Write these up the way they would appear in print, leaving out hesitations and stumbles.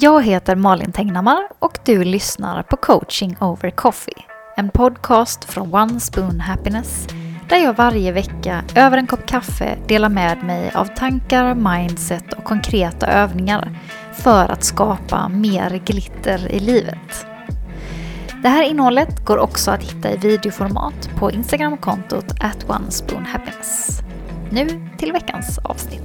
Jag heter Malin Tegnhammar och du lyssnar på Coaching Over Coffee. En podcast från One Spoon Happiness där jag varje vecka över en kopp kaffe delar med mig av tankar, mindset och konkreta övningar för att skapa mer glitter i livet. Det här innehållet går också att hitta i videoformat på Instagramkontot @onespoonhappiness. Nu till veckans avsnitt.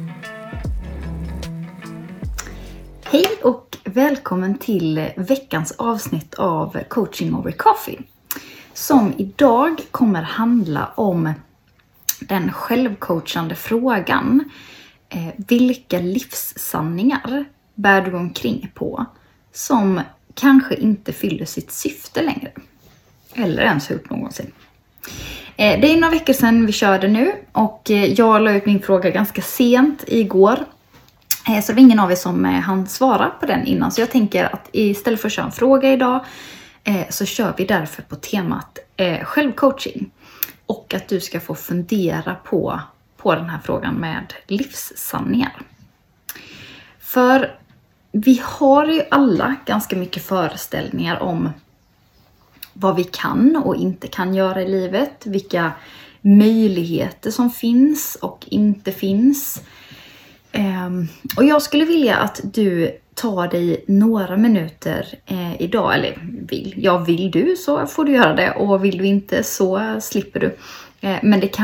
Hej och välkommen till veckans avsnitt av Coaching Over Coffee. Som idag kommer handla om den självcoachande frågan. Vilka livssanningar bär du omkring på som kanske inte fyller sitt syfte längre? Eller ens har gjort någonsin. Det är några veckor sedan vi körde nu och jag la ut min fråga ganska sent igår. Så det var ingen av er som hann svara på den innan. Så jag tänker att istället för att köra en fråga idag så kör vi därför på temat självcoaching. Och att du ska få fundera på den här frågan med livssanningar. För vi har ju alla ganska mycket föreställningar om vad vi kan och inte kan göra i livet. Vilka möjligheter som finns och inte finns. Och jag skulle vilja att du tar dig några minuter idag, eller vill du så får du göra det och vill du inte så slipper du. Men det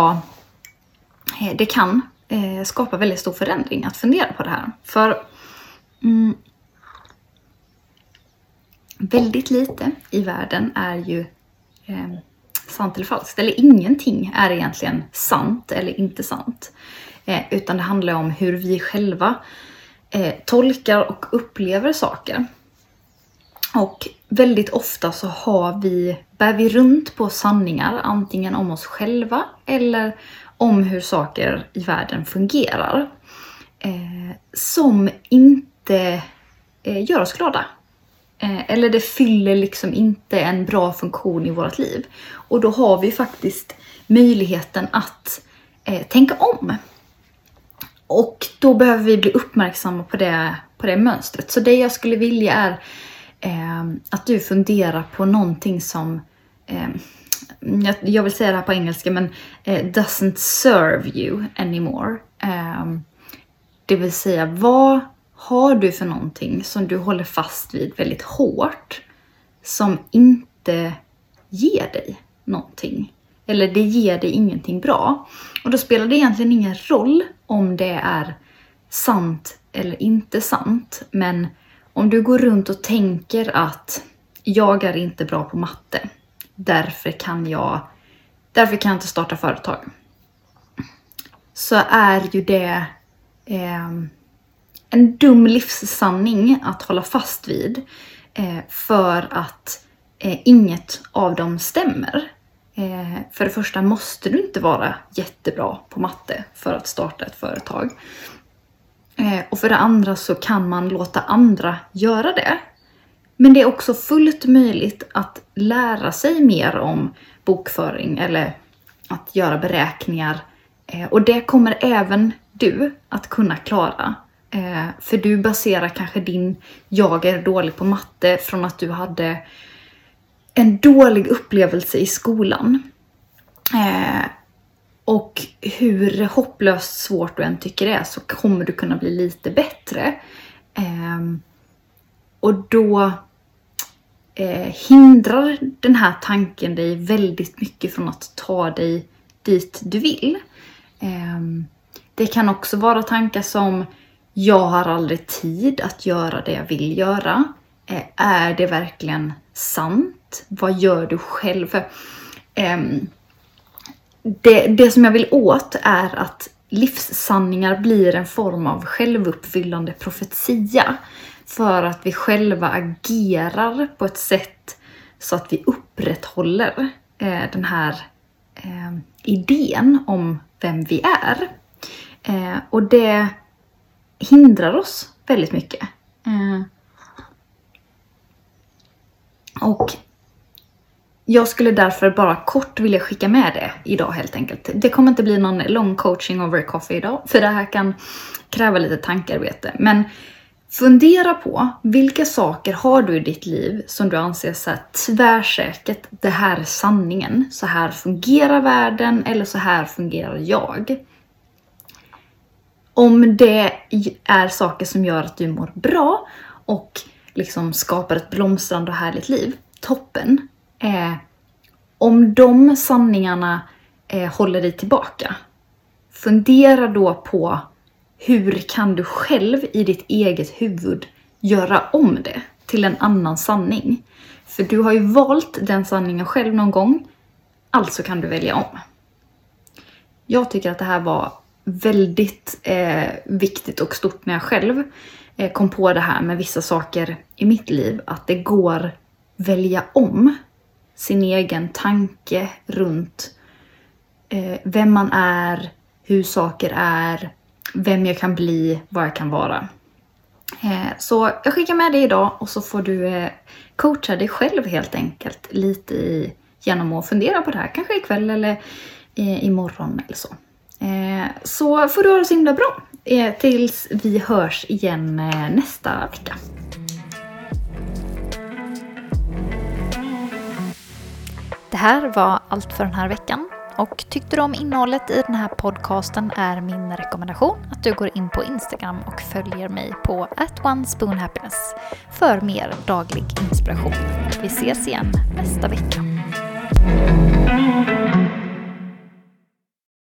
kan skapa väldigt stor förändring att fundera på det här. För väldigt lite i världen är ju sant eller falskt. Eller ingenting är egentligen sant eller inte sant. Utan det handlar om hur vi själva tolkar och upplever saker. Och väldigt ofta så bär vi runt på sanningar antingen om oss själva eller om hur saker i världen fungerar. Som inte gör oss glada. Eller det fyller liksom inte en bra funktion i vårt liv. Och då har vi faktiskt möjligheten att tänka om. Och då behöver vi bli uppmärksamma på det mönstret. Så det jag skulle vilja är att du funderar på någonting som, jag vill säga det här på engelska, men doesn't serve you anymore. Det vill säga, vad har du för någonting som du håller fast vid väldigt hårt som inte ger dig någonting? Eller det ger dig ingenting bra. Och då spelar det egentligen ingen roll om det är sant eller inte sant. Men om du går runt och tänker att jag är inte bra på matte. Därför kan jag inte starta företag. Så är ju det en dum livssanning att hålla fast vid. För att inget av dem stämmer. För det första måste du inte vara jättebra på matte för att starta ett företag. Och för det andra så kan man låta andra göra det. Men det är också fullt möjligt att lära sig mer om bokföring eller att göra beräkningar. Och det kommer även du att kunna klara. För du baserar kanske jag är dålig på matte från att du hade en dålig upplevelse i skolan. Och hur hopplöst svårt du än tycker det är så kommer du kunna bli lite bättre. Och då hindrar den här tanken dig väldigt mycket från att ta dig dit du vill. Det kan också vara tankar som jag har aldrig tid att göra det jag vill göra. Är det verkligen sant? Vad gör du själv? Det som jag vill åt är att livssanningar blir en form av självuppfyllande profetia. För att vi själva agerar på ett sätt så att vi upprätthåller den här idén om vem vi är. Och det hindrar oss väldigt mycket. Och jag skulle därför bara kort vilja skicka med det idag helt enkelt. Det kommer inte bli någon lång coaching over coffee idag. För det här kan kräva lite tankearbete. Men Fundera på vilka saker har du i ditt liv som du anser så här tvärsäkert, det här är sanningen, så här fungerar världen eller så här fungerar jag. Om det är saker som gör att du mår bra och liksom skapar ett blomstrande och härligt liv, toppen. Om de sanningarna håller dig tillbaka, fundera då på hur kan du själv i ditt eget huvud göra om det till en annan sanning. För du har ju valt den sanningen själv någon gång, alltså kan du välja om. Jag tycker att det här var väldigt viktigt och stort när jag själv kom på det här med vissa saker i mitt liv. Att det går välja om sin egen tanke runt vem man är, hur saker är, vem jag kan bli, vad jag kan vara. Så jag skickar med dig idag och så får du coacha dig själv helt enkelt lite genom att fundera på det här. Kanske ikväll eller imorgon eller så. Så får du ha det så himla bra tills vi hörs igen nästa vecka. Det här var allt för den här veckan. Och tyckte du om innehållet i den här podcasten är min rekommendation att du går in på Instagram och följer mig på @onespoonhappiness för mer daglig inspiration. Vi ses igen nästa vecka.